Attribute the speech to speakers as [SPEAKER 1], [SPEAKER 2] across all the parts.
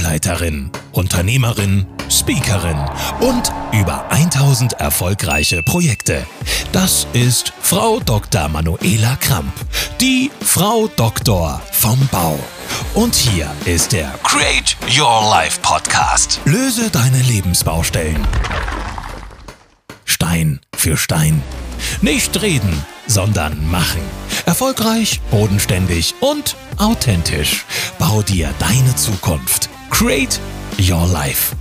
[SPEAKER 1] Bauleiterin, Unternehmerin, Speakerin und über 1000 erfolgreiche Projekte. Das ist Frau Dr. Manuela Kramp, die Frau Doktor vom Bau. Und hier ist der Create Your Life Podcast. Löse deine Lebensbaustellen Stein für Stein. Nicht reden, sondern machen. Erfolgreich, bodenständig und authentisch. Bau dir deine Zukunft. Create Your Life.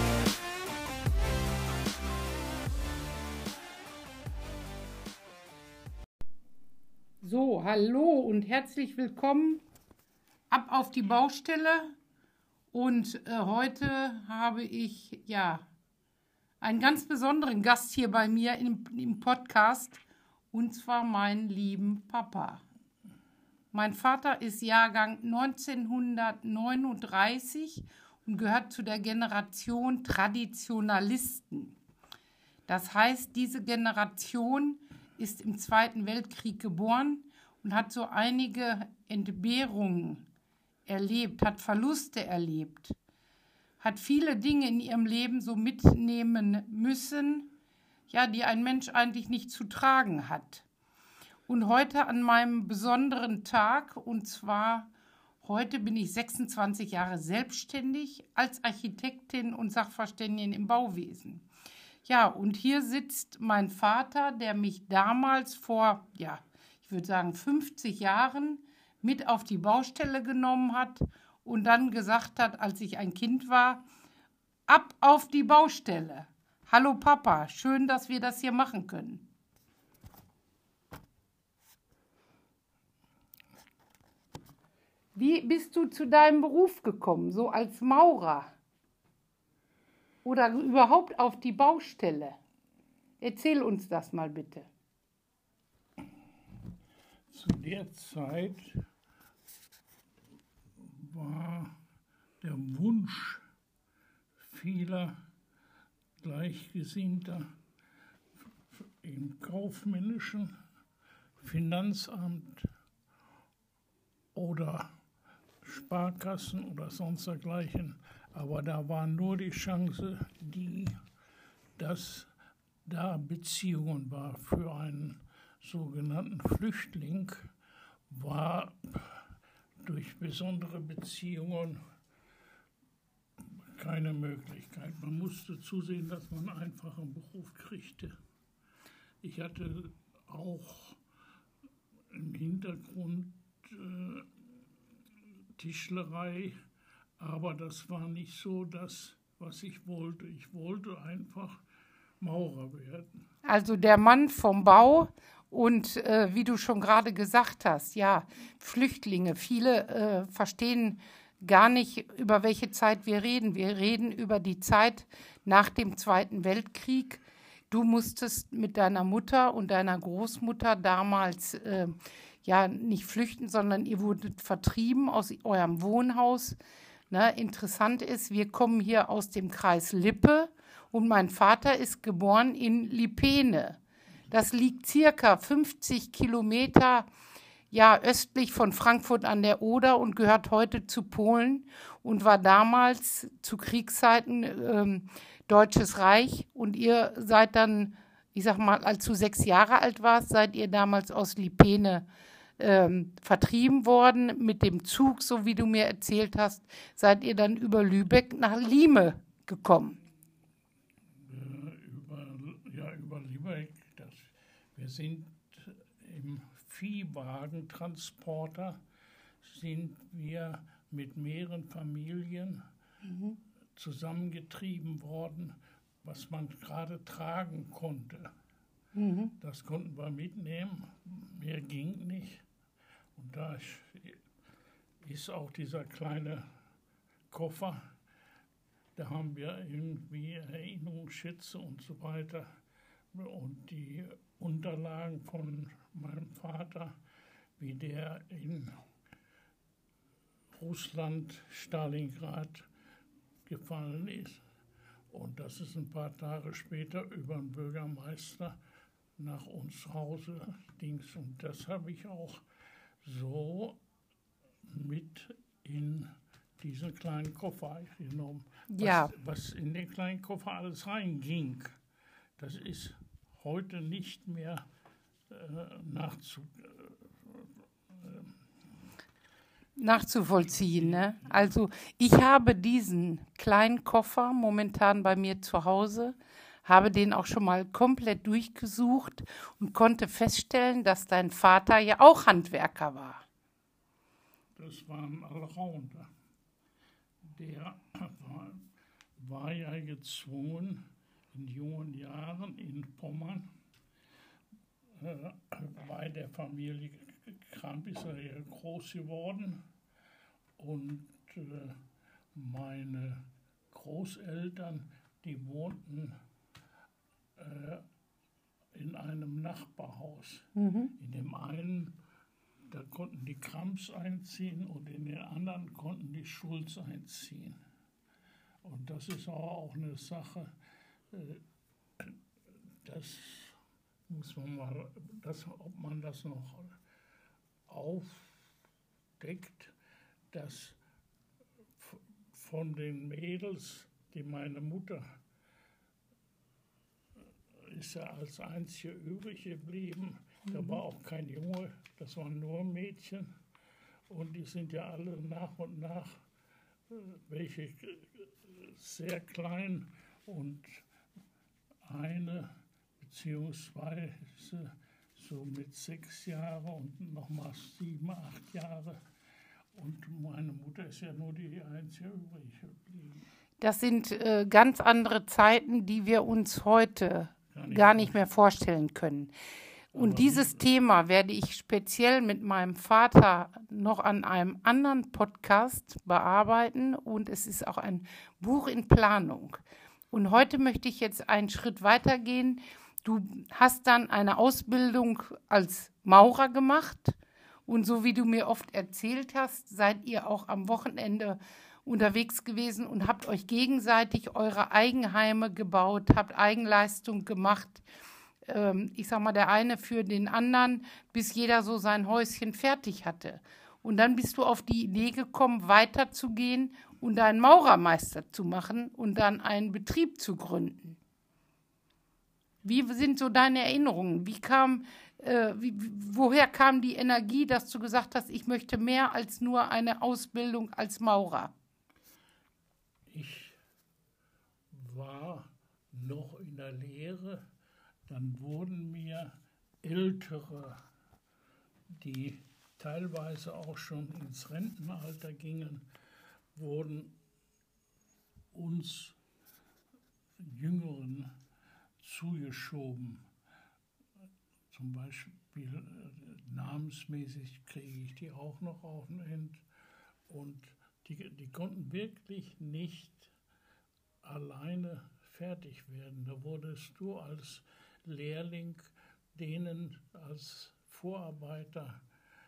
[SPEAKER 2] So, hallo und herzlich willkommen ab auf die Baustelle. Und heute habe ich einen ganz besonderen Gast hier bei mir im Podcast, und zwar meinen lieben Papa. Mein Vater ist Jahrgang 1939 und gehört zu der Generation Traditionalisten. Das heißt, diese Generation ist im Zweiten Weltkrieg geboren und hat so einige Entbehrungen erlebt, hat Verluste erlebt, hat viele Dinge in ihrem Leben so mitnehmen müssen, die ein Mensch eigentlich nicht zu tragen hat. Und heute an meinem besonderen Tag, und zwar heute bin ich 26 Jahre selbstständig als Architektin und Sachverständigin im Bauwesen. Ja, und hier sitzt mein Vater, der mich damals vor, ich würde sagen 50 Jahren mit auf die Baustelle genommen hat und dann gesagt hat, als ich ein Kind war, ab auf die Baustelle. Hallo Papa, schön, dass wir das hier machen können. Wie bist du zu deinem Beruf gekommen, so als Maurer? Oder überhaupt auf die Baustelle? Erzähl uns das mal bitte.
[SPEAKER 3] Zu der Zeit war der Wunsch vieler Gleichgesinnter im kaufmännischen Finanzamt oder Sparkassen oder sonst dergleichen. Aber da war nur die Chance, dass da Beziehungen war für einen sogenannten Flüchtling, war durch besondere Beziehungen keine Möglichkeit. Man musste zusehen, dass man einen einfachen Beruf kriegte. Ich hatte auch im Hintergrund Tischlerei, aber das war nicht so das, was ich wollte. Ich wollte einfach Maurer werden.
[SPEAKER 2] Also der Mann vom Bau und wie du schon gerade gesagt hast, Flüchtlinge. Viele verstehen gar nicht, über welche Zeit wir reden. Wir reden über die Zeit nach dem Zweiten Weltkrieg. Du musstest mit deiner Mutter und deiner Großmutter damals nicht flüchten, sondern ihr wurdet vertrieben aus eurem Wohnhaus. Interessant ist, wir kommen hier aus dem Kreis Lippe und mein Vater ist geboren in Lipene. Das liegt circa 50 Kilometer östlich von Frankfurt an der Oder und gehört heute zu Polen und war damals zu Kriegszeiten Deutsches Reich. Und ihr seid dann, als du 6 Jahre alt warst, seid ihr damals aus Lipene vertrieben worden. Mit dem Zug, so wie du mir erzählt hast, seid ihr dann über Lübeck nach Lime gekommen.
[SPEAKER 3] Über Lübeck. Wir sind im Viehwagentransporter sind wir mit mehreren Familien zusammengetrieben worden, was man gerade tragen konnte. Das konnten wir mitnehmen, mehr ging nicht. Und da ist auch dieser kleine Koffer, da haben wir irgendwie Erinnerungsschätze und so weiter und die Unterlagen von meinem Vater, wie der in Russland, Stalingrad gefallen ist. Und das ist ein paar Tage später über den Bürgermeister nach uns Hause Dings. Und das habe ich auch so mit in diesen kleinen Koffer genommen.
[SPEAKER 2] Ja.
[SPEAKER 3] Was in den kleinen Koffer alles reinging, das ist heute nicht mehr
[SPEAKER 2] nachzuvollziehen. Ne? Also ich habe diesen kleinen Koffer momentan bei mir zu Hause, habe den auch schon mal komplett durchgesucht und konnte feststellen, dass dein Vater ja auch Handwerker war.
[SPEAKER 3] Das war ein Allrounder. Der war ja gezwungen, in jungen Jahren in Pommern, bei der Familie Kramp ist er ja groß geworden. Und meine Großeltern, die wohnten in einem Nachbarhaus. In dem einen, da konnten die Kramps einziehen und in den anderen konnten die Schulz einziehen. Und das ist auch eine Sache, das muss man mal, ob man das noch aufdeckt, dass von den Mädels, die meine Mutter ist ja als einzige übrig geblieben, da war auch kein Junge, das waren nur Mädchen und die sind ja alle nach und nach welche sehr klein und eine beziehungsweise so mit 6 Jahren und nochmal 7, 8 Jahre. Und meine Mutter ist ja nur die einzige übrig geblieben.
[SPEAKER 2] Das sind ganz andere Zeiten, die wir uns heute gar nicht mehr vorstellen können. Und dieses Thema werde ich speziell mit meinem Vater noch an einem anderen Podcast bearbeiten. Und es ist auch ein Buch in Planung. Und heute möchte ich jetzt einen Schritt weiter gehen. Du hast dann eine Ausbildung als Maurer gemacht. Und so wie du mir oft erzählt hast, seid ihr auch am Wochenende unterwegs gewesen und habt euch gegenseitig eure Eigenheime gebaut, habt Eigenleistung gemacht. Ich sag mal, der eine für den anderen, bis jeder so sein Häuschen fertig hatte. Und dann bist du auf die Idee gekommen, weiterzugehen und einen Maurermeister zu machen und dann einen Betrieb zu gründen. Wie sind so deine Erinnerungen? Woher kam die Energie, dass du gesagt hast, ich möchte mehr als nur eine Ausbildung als Maurer?
[SPEAKER 3] Ich war noch in der Lehre, dann wurden mir Ältere, die teilweise auch schon ins Rentenalter gingen, wurden uns Jüngeren zugeschoben. Zum Beispiel namensmäßig kriege ich die auch noch auf den End. Und die konnten wirklich nicht alleine fertig werden. Da wurdest du als Lehrling denen als Vorarbeiter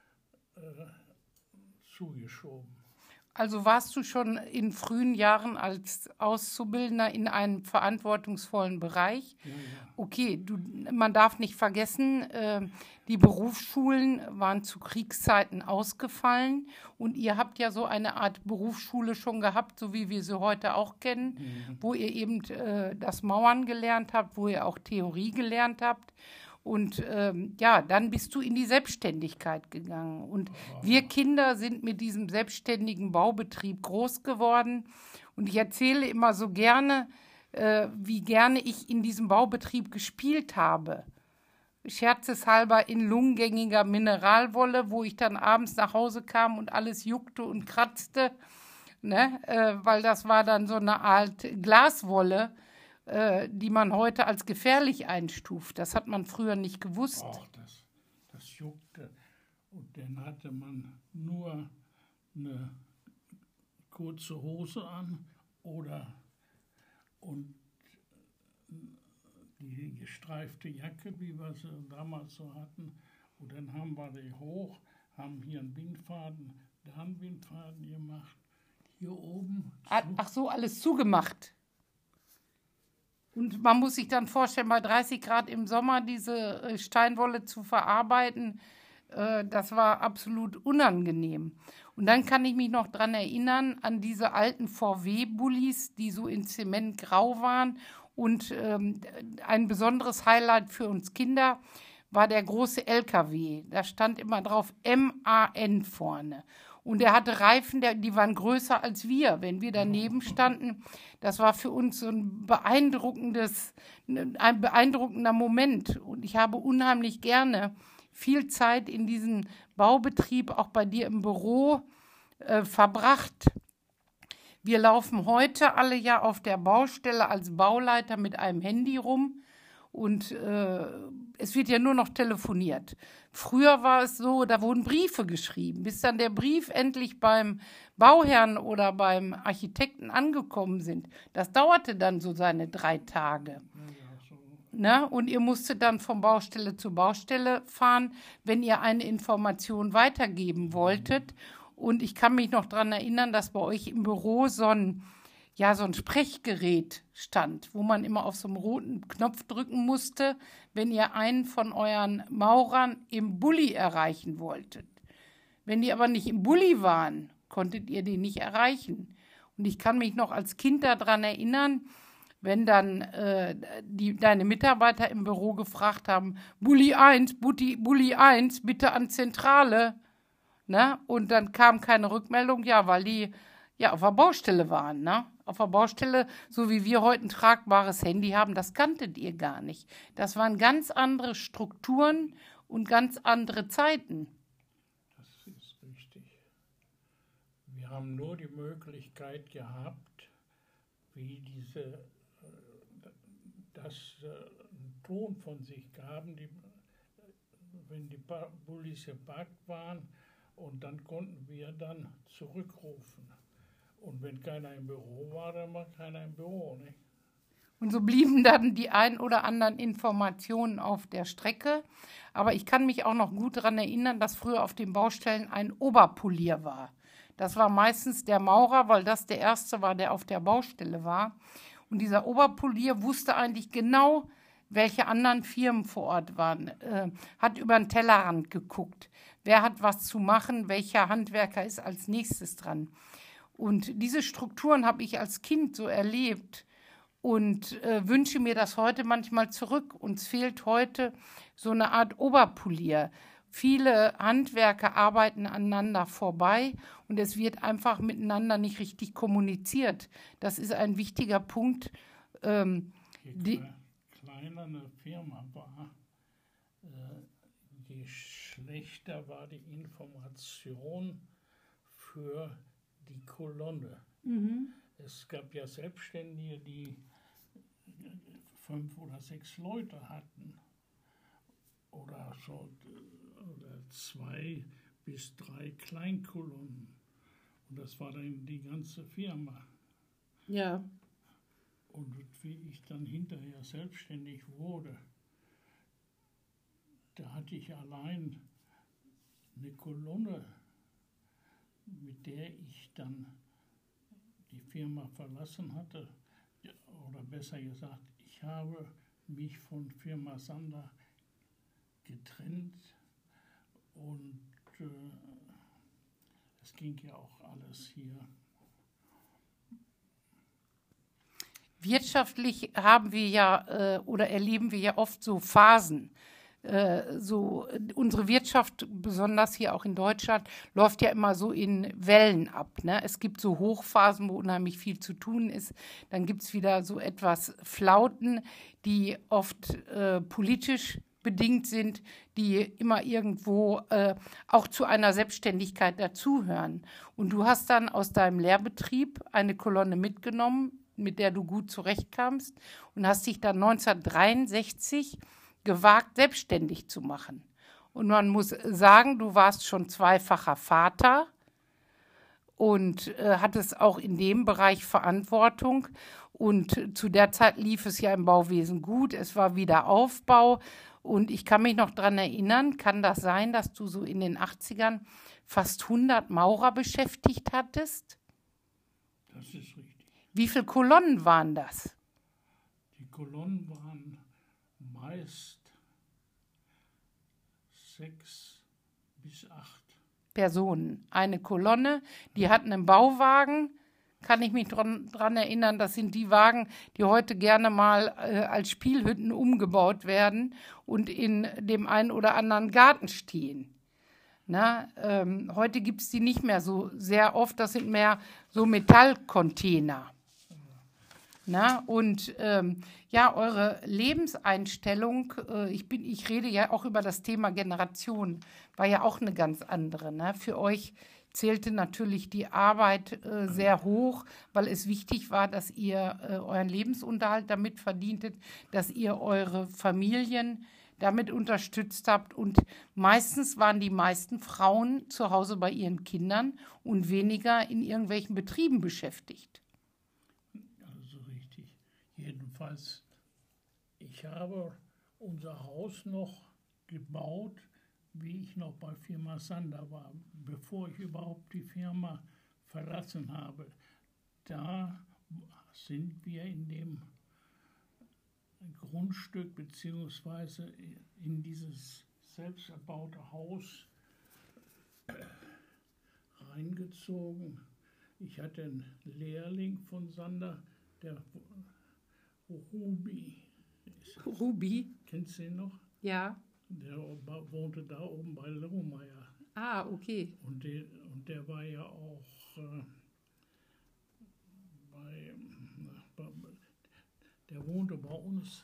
[SPEAKER 3] zugeschoben.
[SPEAKER 2] Also warst du schon in frühen Jahren als Auszubildender in einem verantwortungsvollen Bereich?
[SPEAKER 3] Ja.
[SPEAKER 2] Okay, man darf nicht vergessen, die Berufsschulen waren zu Kriegszeiten ausgefallen und ihr habt ja so eine Art Berufsschule schon gehabt, so wie wir sie heute auch kennen, wo ihr eben das Mauern gelernt habt, wo ihr auch Theorie gelernt habt. Und dann bist du in die Selbstständigkeit gegangen. Und wir Kinder sind mit diesem selbstständigen Baubetrieb groß geworden. Und ich erzähle immer so gerne, wie gerne ich in diesem Baubetrieb gespielt habe. Scherzeshalber in lungengängiger Mineralwolle, wo ich dann abends nach Hause kam und alles juckte und kratzte, ne? Weil das war dann so eine Art Glaswolle, die man heute als gefährlich einstuft. Das hat man früher nicht gewusst.
[SPEAKER 3] Ach, das juckte. Und dann hatte man nur eine kurze Hose an und die gestreifte Jacke, wie wir sie damals so hatten. Und dann haben wir die hoch, haben hier einen Bindfaden, da einen Bindfaden gemacht. Hier oben.
[SPEAKER 2] Ach so, alles zugemacht. Und man muss sich dann vorstellen, bei 30 Grad im Sommer diese Steinwolle zu verarbeiten, das war absolut unangenehm. Und dann kann ich mich noch daran erinnern, an diese alten VW-Bullis, die so in Zementgrau waren. Und ein besonderes Highlight für uns Kinder war der große LKW. Da stand immer drauf MAN vorne. Und er hatte Reifen, die waren größer als wir, wenn wir daneben standen. Das war für uns so ein beeindruckender Moment. Und ich habe unheimlich gerne viel Zeit in diesem Baubetrieb, auch bei dir im Büro, verbracht. Wir laufen heute alle ja auf der Baustelle als Bauleiter mit einem Handy rum. Und es wird ja nur noch telefoniert. Früher war es so, da wurden Briefe geschrieben, bis dann der Brief endlich beim Bauherrn oder beim Architekten angekommen sind. Das dauerte dann so seine 3 Tage. Na, und ihr musstet dann von Baustelle zu Baustelle fahren, wenn ihr eine Information weitergeben wolltet. Und ich kann mich noch daran erinnern, dass bei euch im Büro so ein Sprechgerät stand, wo man immer auf so einen roten Knopf drücken musste, wenn ihr einen von euren Maurern im Bulli erreichen wolltet. Wenn die aber nicht im Bulli waren, konntet ihr die nicht erreichen. Und ich kann mich noch als Kind daran erinnern, wenn dann deine Mitarbeiter im Büro gefragt haben, Bulli 1, Bulli 1, bitte an Zentrale. Ne? Und dann kam keine Rückmeldung, ja, weil die auf der Baustelle waren. Ne? Auf der Baustelle, so wie wir heute ein tragbares Handy haben, das kanntet ihr gar nicht. Das waren ganz andere Strukturen und ganz andere Zeiten.
[SPEAKER 3] Das ist richtig. Wir haben nur die Möglichkeit gehabt, wie einen Ton von sich gaben, wenn die Bullis geparkt waren, und dann konnten wir dann zurückrufen. Und wenn keiner im Büro war, dann war keiner im Büro. Nicht?
[SPEAKER 2] Und so blieben dann die ein oder anderen Informationen auf der Strecke. Aber ich kann mich auch noch gut daran erinnern, dass früher auf den Baustellen ein Oberpolier war. Das war meistens der Maurer, weil das der Erste war, der auf der Baustelle war. Und dieser Oberpolier wusste eigentlich genau, welche anderen Firmen vor Ort waren, hat über den Tellerrand geguckt. Wer hat was zu machen, welcher Handwerker ist als nächstes dran. Und diese Strukturen habe ich als Kind so erlebt und wünsche mir das heute manchmal zurück. Uns fehlt heute so eine Art Oberpolier. Viele Handwerker arbeiten aneinander vorbei und es wird einfach miteinander nicht richtig kommuniziert. Das ist ein wichtiger Punkt.
[SPEAKER 3] Je kleiner eine Firma war, je schlechter war die Information für die Kolonne. Mhm. Es gab ja Selbstständige, die 5 oder 6 Leute hatten. Oder 2 bis 3 Kleinkolonnen. Und das war dann die ganze Firma.
[SPEAKER 2] Ja.
[SPEAKER 3] Und wie ich dann hinterher selbstständig wurde, da hatte ich allein eine Kolonne, mit der ich dann die Firma verlassen hatte. Oder besser gesagt, ich habe mich von Firma Sander getrennt und es ging ja auch alles hier.
[SPEAKER 2] Wirtschaftlich haben wir ja oder erleben wir ja oft so Phasen. Unsere Wirtschaft, besonders hier auch in Deutschland, läuft ja immer so in Wellen ab. Ne? Es gibt so Hochphasen, wo unheimlich viel zu tun ist. Dann gibt es wieder so etwas Flauten, die oft politisch bedingt sind, die immer irgendwo auch zu einer Selbstständigkeit dazugehören. Und du hast dann aus deinem Lehrbetrieb eine Kolonne mitgenommen, mit der du gut zurechtkamst und hast dich dann 1963 gewagt, selbstständig zu machen. Und man muss sagen, du warst schon zweifacher Vater und hattest auch in dem Bereich Verantwortung. Und zu der Zeit lief es ja im Bauwesen gut, es war wieder Aufbau. Und ich kann mich noch daran erinnern, kann das sein, dass du so in den 80ern fast 100 Maurer beschäftigt hattest?
[SPEAKER 3] Das ist richtig.
[SPEAKER 2] Wie viele Kolonnen waren das?
[SPEAKER 3] Die Kolonnen waren meist 6 bis 8.
[SPEAKER 2] Personen. Eine Kolonne, die hatten einen Bauwagen, kann ich mich dran erinnern, das sind die Wagen, die heute gerne mal als Spielhütten umgebaut werden und in dem einen oder anderen Garten stehen. Na, heute gibt es die nicht mehr so sehr oft, das sind mehr so Metallcontainer. Na, und ja, eure Lebenseinstellung, ich rede ja auch über das Thema Generation, war ja auch eine ganz andere. Ne? Für euch zählte natürlich die Arbeit sehr hoch, weil es wichtig war, dass ihr euren Lebensunterhalt damit verdientet, dass ihr eure Familien damit unterstützt habt. Und meistens waren die meisten Frauen zu Hause bei ihren Kindern und weniger in irgendwelchen Betrieben beschäftigt.
[SPEAKER 3] Also richtig. Jedenfalls, ich habe unser Haus noch gebaut, wie ich noch bei Firma Sander war, bevor ich überhaupt die Firma verlassen habe. Da sind wir in dem Grundstück beziehungsweise in dieses selbst erbaute Haus reingezogen. Ich hatte einen Lehrling von Sander, der
[SPEAKER 2] Ruby?
[SPEAKER 3] Kennst du ihn noch?
[SPEAKER 2] Ja.
[SPEAKER 3] Der wohnte da oben bei Lohmeier.
[SPEAKER 2] Ah, okay.
[SPEAKER 3] Und der war ja auch der wohnte bei uns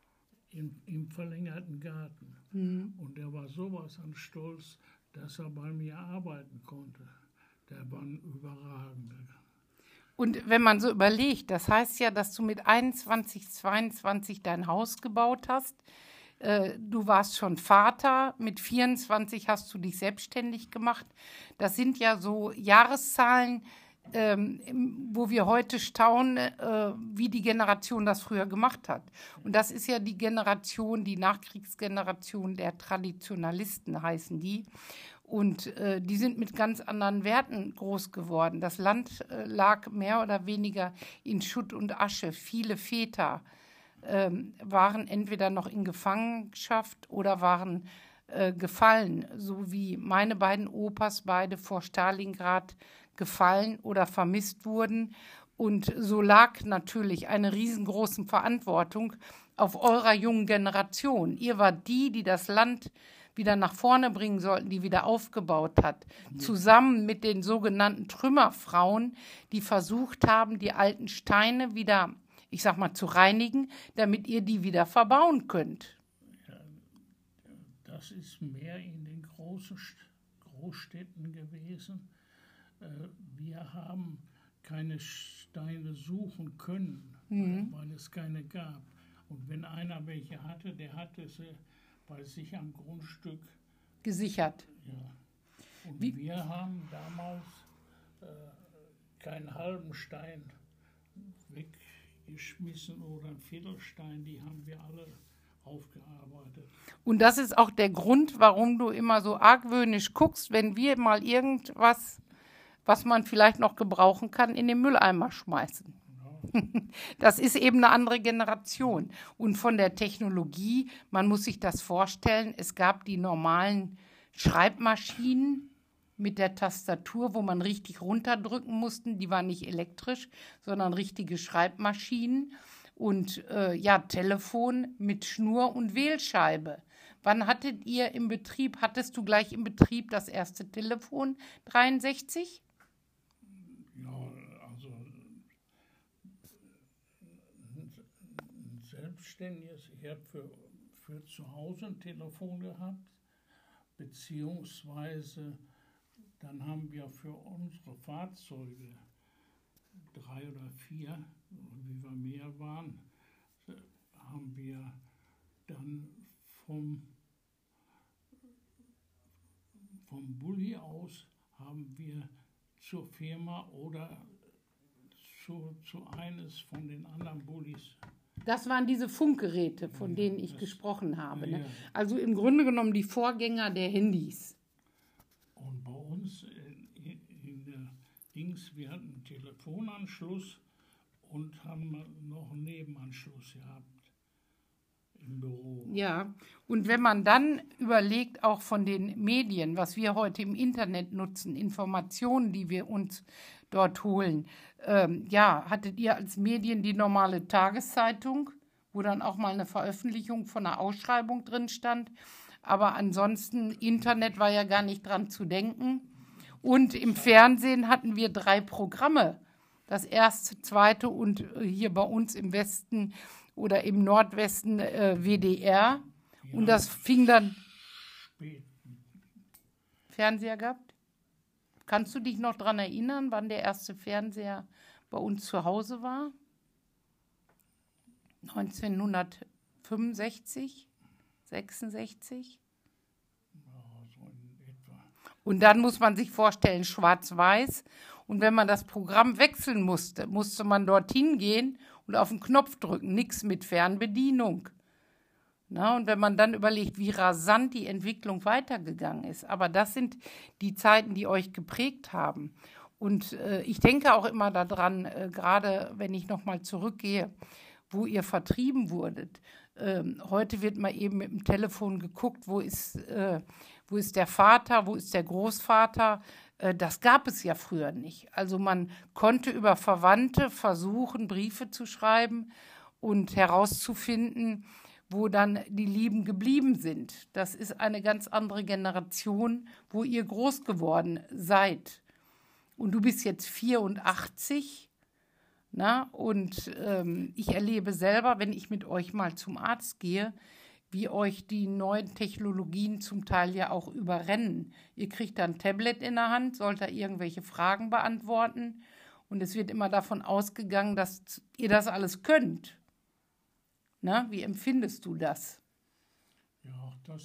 [SPEAKER 3] im verlängerten Garten. Mhm. Und der war sowas an Stolz, dass er bei mir arbeiten konnte. Der war ein überragender.
[SPEAKER 2] Und wenn man so überlegt, das heißt ja, dass du mit 21, 22 dein Haus gebaut hast. Du warst schon Vater, mit 24 hast du dich selbstständig gemacht. Das sind ja so Jahreszahlen, wo wir heute staunen, wie die Generation das früher gemacht hat. Und das ist ja die Generation, die Nachkriegsgeneration der Traditionalisten heißen die. Und die sind mit ganz anderen Werten groß geworden. Das Land lag mehr oder weniger in Schutt und Asche. Viele Väter waren entweder noch in Gefangenschaft oder waren gefallen, so wie meine beiden Opas beide vor Stalingrad gefallen oder vermisst wurden. Und so lag natürlich eine riesengroße Verantwortung auf eurer jungen Generation. Ihr wart die das Land wieder nach vorne bringen sollten, die wieder aufgebaut hat, zusammen mit den sogenannten Trümmerfrauen, die versucht haben, die alten Steine wieder, ich sag mal, zu reinigen, damit ihr die wieder verbauen könnt.
[SPEAKER 3] Ja, das ist mehr in den Großstädten gewesen. Wir haben keine Steine suchen können, weil es keine gab. Und wenn einer welche hatte, der hatte sie bei sich am Grundstück
[SPEAKER 2] gesichert.
[SPEAKER 3] Ja. Und wir haben damals keinen halben Stein weggeschmissen oder einen Viertelstein, die haben wir alle aufgearbeitet.
[SPEAKER 2] Und das ist auch der Grund, warum du immer so argwöhnisch guckst, wenn wir mal irgendwas, was man vielleicht noch gebrauchen kann, in den Mülleimer schmeißen. Das ist eben eine andere Generation. Und von der Technologie, man muss sich das vorstellen, es gab die normalen Schreibmaschinen mit der Tastatur, wo man richtig runterdrücken musste. Die waren nicht elektrisch, sondern richtige Schreibmaschinen. Und ja, Telefon mit Schnur und Wählscheibe. Wann hattet ihr im Betrieb, hattest du gleich im Betrieb das erste Telefon, 63?
[SPEAKER 3] Ja, also ein Selbstständiges, ich habe für zu Hause ein Telefon gehabt, beziehungsweise dann haben wir für unsere Fahrzeuge 3 oder 4, wie wir mehr waren, haben wir dann vom Bulli aus haben wir zur Firma oder zu eines von den anderen Bullis.
[SPEAKER 2] Das waren diese Funkgeräte, von denen ich gesprochen habe. Ne? Also im Grunde genommen die Vorgänger der Handys.
[SPEAKER 3] Und bei uns in der Dings, wir hatten einen Telefonanschluss und haben noch einen Nebenanschluss gehabt. im Büro.
[SPEAKER 2] Ja, und wenn man dann überlegt, auch von den Medien, was wir heute im Internet nutzen, Informationen, die wir uns dort holen, ja, hattet ihr als Medien die normale Tageszeitung, wo dann auch mal eine Veröffentlichung von einer Ausschreibung drin stand. Aber ansonsten, Internet war ja gar nicht dran zu denken. Und im Fernsehen hatten wir 3 Programme. Das erste, zweite und hier bei uns im Westen oder im Nordwesten WDR. Und das fing dann... Fernseher gehabt? Kannst du dich noch daran erinnern, wann der erste Fernseher bei uns zu Hause war? 1965, 66?
[SPEAKER 3] Ja, so in etwa.
[SPEAKER 2] Und dann muss man sich vorstellen, schwarz-weiß. Und wenn man das Programm wechseln musste, musste man dorthin gehen und auf den Knopf drücken. Nichts mit Fernbedienung. Na, und wenn man dann überlegt, wie rasant die Entwicklung weitergegangen ist. Aber das sind die Zeiten, die euch geprägt haben. Und ich denke auch immer daran, gerade wenn ich nochmal zurückgehe, wo ihr vertrieben wurdet. Heute wird mal eben mit dem Telefon geguckt, wo ist der Vater, wo ist der Großvater. Das gab es ja früher nicht. Also man konnte über Verwandte versuchen, Briefe zu schreiben und herauszufinden, wo dann die Lieben geblieben sind. Das ist eine ganz andere Generation, wo ihr groß geworden seid. Und du bist jetzt 84. Na, und ich erlebe selber, wenn ich mit euch mal zum Arzt gehe, wie euch die neuen Technologien zum Teil ja auch überrennen. Ihr kriegt dann ein Tablet in der Hand, sollt da irgendwelche Fragen beantworten. Und es wird immer davon ausgegangen, dass ihr das alles könnt. Na, wie empfindest du das?
[SPEAKER 3] Ja, da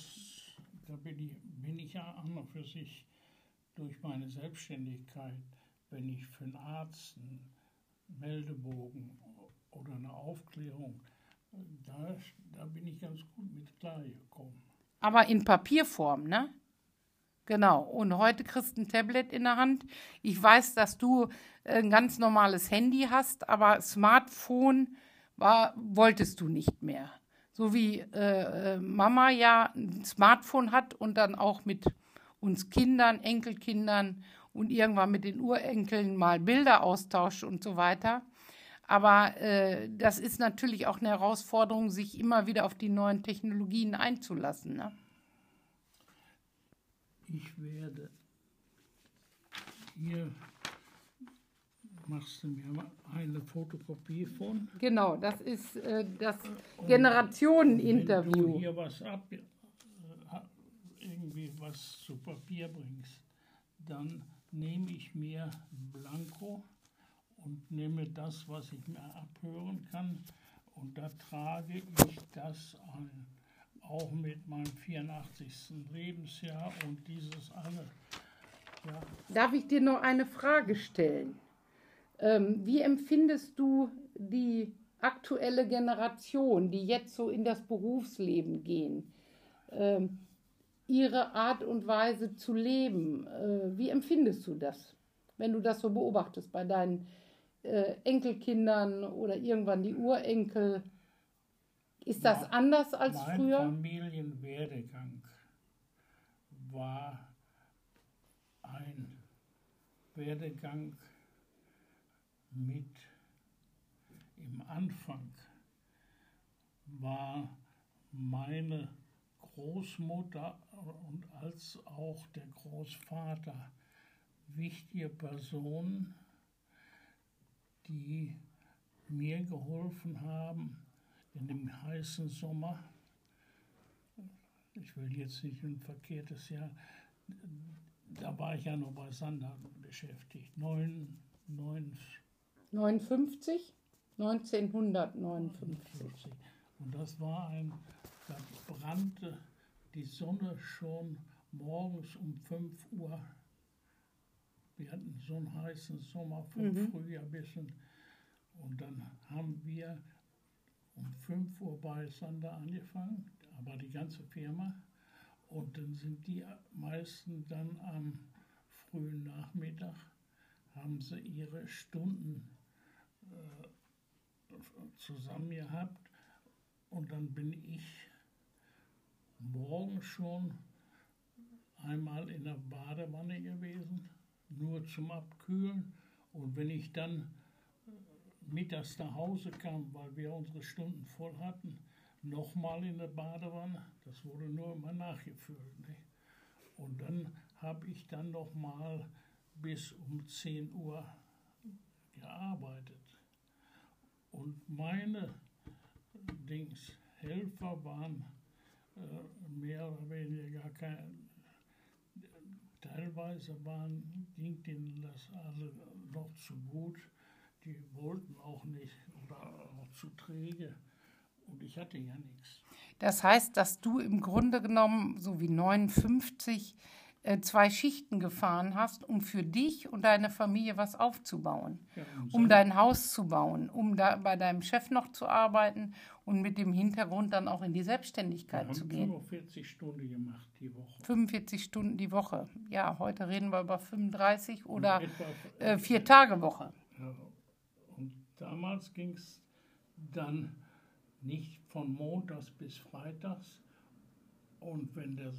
[SPEAKER 3] bin ich ja an und für sich durch meine Selbstständigkeit, wenn ich für einen Arzt einen Meldebogen oder eine Aufklärung, da bin ich ganz gut mit klargekommen.
[SPEAKER 2] Aber in Papierform, ne? Genau. Und heute kriegst du ein Tablet in der Hand. Ich weiß, dass du ein ganz normales Handy hast, aber Smartphone wolltest du nicht mehr. So wie Mama ja ein Smartphone hat und dann auch mit uns Kindern, Enkelkindern und irgendwann mit den Urenkeln mal Bilder austauscht und so weiter. Aber das ist natürlich auch eine Herausforderung, sich immer wieder auf die neuen Technologien einzulassen. Ne?
[SPEAKER 3] Ich werde hier, machst du mir mal eine Fotokopie von?
[SPEAKER 2] Genau, das ist das Generationeninterview.
[SPEAKER 3] Wenn du hier irgendwie was zu Papier bringst, dann nehme ich mir Blanko und nehme das, was ich mir abhören kann, und da trage ich das ein. Auch mit meinem 84. Lebensjahr und dieses alle. Ja.
[SPEAKER 2] Darf ich dir noch eine Frage stellen? Wie empfindest du die aktuelle Generation, die jetzt so in das Berufsleben gehen? Ihre Art und Weise zu leben, wie empfindest du das, wenn du das so beobachtest bei deinen Enkelkindern oder irgendwann die Urenkel? Ist das anders als früher?
[SPEAKER 3] Mein Familienwerdegang war ein Werdegang mit, im Anfang war meine Großmutter und als auch der Großvater wichtige Personen, die mir geholfen haben in dem heißen Sommer. Ich will jetzt nicht ein verkehrtes Jahr, da war ich ja noch bei Sander beschäftigt.
[SPEAKER 2] 1959.
[SPEAKER 3] Und das war da brannte die Sonne schon morgens um 5 Uhr. Wir hatten so einen heißen Sommer vom Frühjahr bis und dann haben wir um 5 Uhr bei Sander angefangen, aber die ganze Firma. Und dann sind die meisten dann am frühen Nachmittag, haben sie ihre Stunden zusammen gehabt Und dann bin ich morgens schon einmal in der Badewanne gewesen, nur zum Abkühlen. Und wenn ich dann mittags nach Hause kam, weil wir unsere Stunden voll hatten, nochmal in der Badewanne. Das wurde nur immer nachgefüllt. Nicht? Und dann habe ich dann nochmal bis um 10 Uhr gearbeitet. Und meine Helfer waren mehr oder weniger gar kein. Teilweise ging denen das alle noch zu gut. Die wollten auch nicht oder auch zu träge. Und ich hatte ja nichts.
[SPEAKER 2] Das heißt, dass du im Grunde genommen, so wie 59, 2 Schichten gefahren hast, um für dich und deine Familie was aufzubauen,
[SPEAKER 3] Ja,
[SPEAKER 2] um dein Haus zu bauen, um da bei deinem Chef noch zu arbeiten und mit dem Hintergrund dann auch in die Selbstständigkeit zu gehen.
[SPEAKER 3] 45 Stunden gemacht die Woche.
[SPEAKER 2] 45 Stunden die Woche. Ja, heute reden wir über 35 oder
[SPEAKER 3] Etwa,
[SPEAKER 2] 4-Tage-Woche.
[SPEAKER 3] Ja, und damals ging es dann nicht von Montags bis Freitags. Und wenn das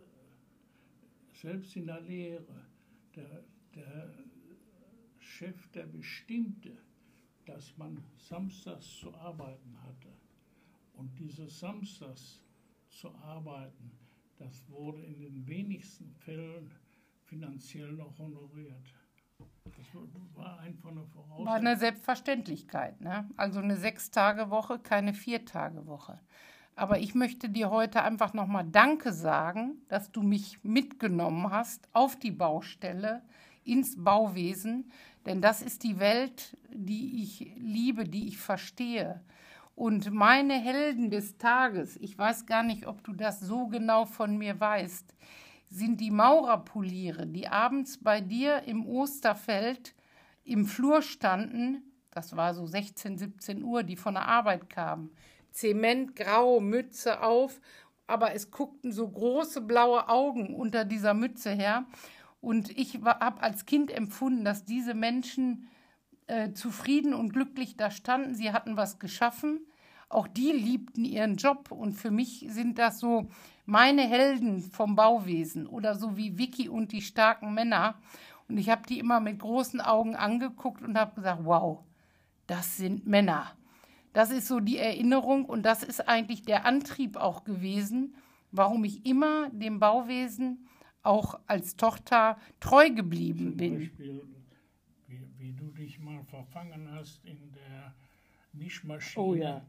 [SPEAKER 3] selbst in der Lehre der Chef, der bestimmte, dass man samstags zu arbeiten hatte. Und dieses samstags zu arbeiten, das wurde in den wenigsten Fällen finanziell noch honoriert. Das war einfach eine Voraussetzung.
[SPEAKER 2] War eine Selbstverständlichkeit, ne? Also eine 6-Tage-Woche, keine 4-Tage-Woche. Aber ich möchte dir heute einfach nochmal Danke sagen, dass du mich mitgenommen hast auf die Baustelle, ins Bauwesen. Denn das ist die Welt, die ich liebe, die ich verstehe. Und meine Helden des Tages, ich weiß gar nicht, ob du das so genau von mir weißt, sind die Maurerpoliere, die abends bei dir im Osterfeld im Flur standen. Das war so 16, 17 Uhr, die von der Arbeit kamen. Zementgrau, Mütze auf, aber es guckten so große blaue Augen unter dieser Mütze her. Und ich habe als Kind empfunden, dass diese Menschen zufrieden und glücklich da standen. Sie hatten was geschaffen. Auch die liebten ihren Job. Und für mich sind das so meine Helden vom Bauwesen oder so wie Vicky und die starken Männer. Und ich habe die immer mit großen Augen angeguckt und habe gesagt, wow, das sind Männer. Das ist so die Erinnerung und das ist eigentlich der Antrieb auch gewesen, warum ich immer dem Bauwesen auch als Tochter treu geblieben bin.
[SPEAKER 3] Zum Beispiel, wie du dich mal verfangen hast in der Mischmaschine.
[SPEAKER 2] Oh ja.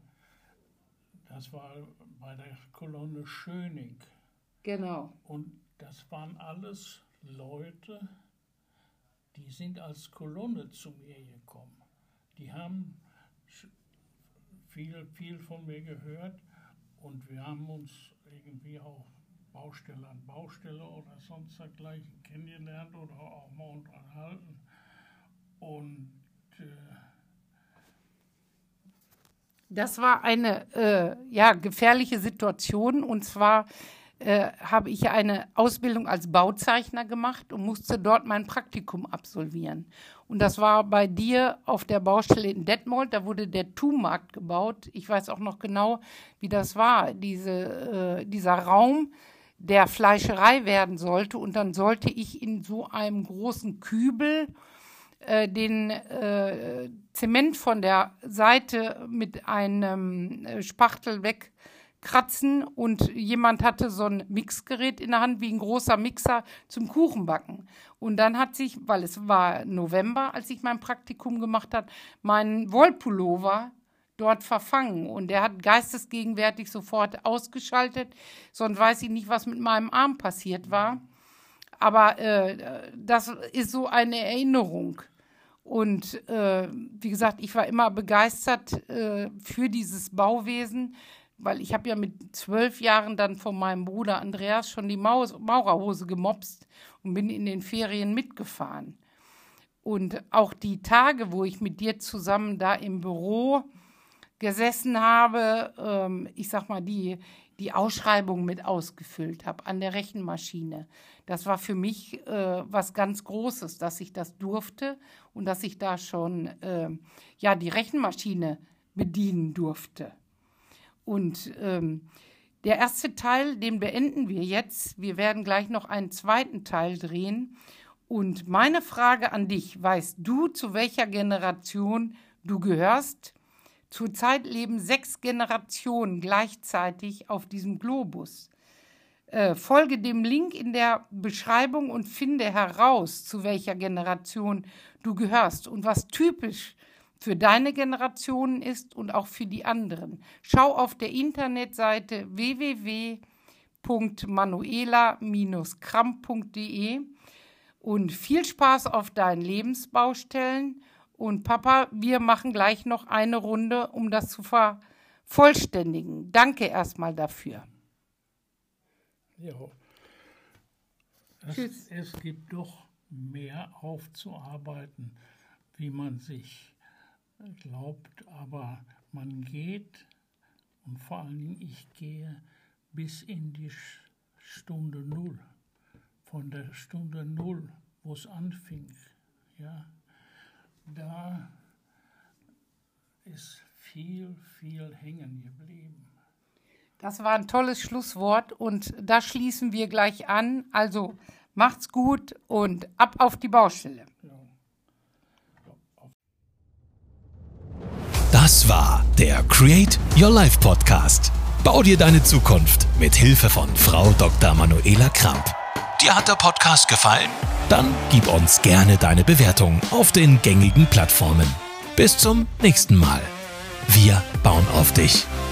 [SPEAKER 3] Das war bei der Kolonne Schöning.
[SPEAKER 2] Genau.
[SPEAKER 3] Und das waren alles Leute, die sind als Kolonne zu mir gekommen. Die haben viel von mir gehört und wir haben uns irgendwie auch Baustelle an Baustelle oder sonst dergleichen kennengelernt oder auch mal unterhalten. Und
[SPEAKER 2] das war eine gefährliche Situation und zwar habe ich eine Ausbildung als Bauzeichner gemacht und musste dort mein Praktikum absolvieren. Und das war bei dir auf der Baustelle in Detmold, da wurde der TU-Markt gebaut. Ich weiß auch noch genau, wie das war, dieser Raum, der Fleischerei werden sollte. Und dann sollte ich in so einem großen Kübel den Zement von der Seite mit einem Spachtel wegkratzen und jemand hatte so ein Mixgerät in der Hand, wie ein großer Mixer zum Kuchenbacken. Und dann hat sich, weil es war November, als ich mein Praktikum gemacht habe, mein Wollpullover dort verfangen. Und der hat geistesgegenwärtig sofort ausgeschaltet, sonst weiß ich nicht, was mit meinem Arm passiert war. Aber das ist so eine Erinnerung. Und wie gesagt, ich war immer begeistert für dieses Bauwesen, weil ich habe ja mit 12 Jahren dann von meinem Bruder Andreas schon die Maurerhose gemopst und bin in den Ferien mitgefahren. Und auch die Tage, wo ich mit dir zusammen da im Büro gesessen habe, ich sag mal, die Ausschreibung mit ausgefüllt habe an der Rechenmaschine. Das war für mich was ganz Großes, dass ich das durfte und dass ich da schon die Rechenmaschine bedienen durfte. Und der erste Teil, den beenden wir jetzt. Wir werden gleich noch einen zweiten Teil drehen. Und meine Frage an dich, weißt du, zu welcher Generation du gehörst? Zurzeit leben 6 Generationen gleichzeitig auf diesem Globus. Folge dem Link in der Beschreibung und finde heraus, zu welcher Generation du gehörst und was typisch für deine Generation ist und auch für die anderen. Schau auf der Internetseite www.manuela-kramp.de und viel Spaß auf deinen Lebensbaustellen. Und Papa, wir machen gleich noch eine Runde, um das zu vervollständigen. Danke erstmal dafür.
[SPEAKER 3] Ja. Es gibt doch mehr aufzuarbeiten, wie man sich glaubt, aber man geht, und vor allen Dingen ich gehe bis in die Stunde Null. Von der Stunde Null, wo es anfing, ja, da ist viel hängen geblieben.
[SPEAKER 2] Das war ein tolles Schlusswort und da schließen wir gleich an. Also macht's gut und ab auf die Baustelle.
[SPEAKER 1] Das war der Create Your Life Podcast. Bau dir deine Zukunft mit Hilfe von Frau Dr. Manuela Kramp. Dir hat der Podcast gefallen? Dann gib uns gerne deine Bewertung auf den gängigen Plattformen. Bis zum nächsten Mal. Wir bauen auf dich.